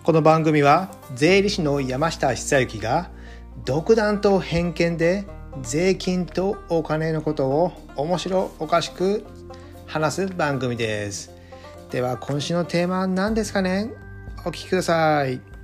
この番組は税理士の山下久之が独断と偏見で税金とお金のことを面白おかしく話す番組です。では今週のテーマは何ですかね。お聞きください。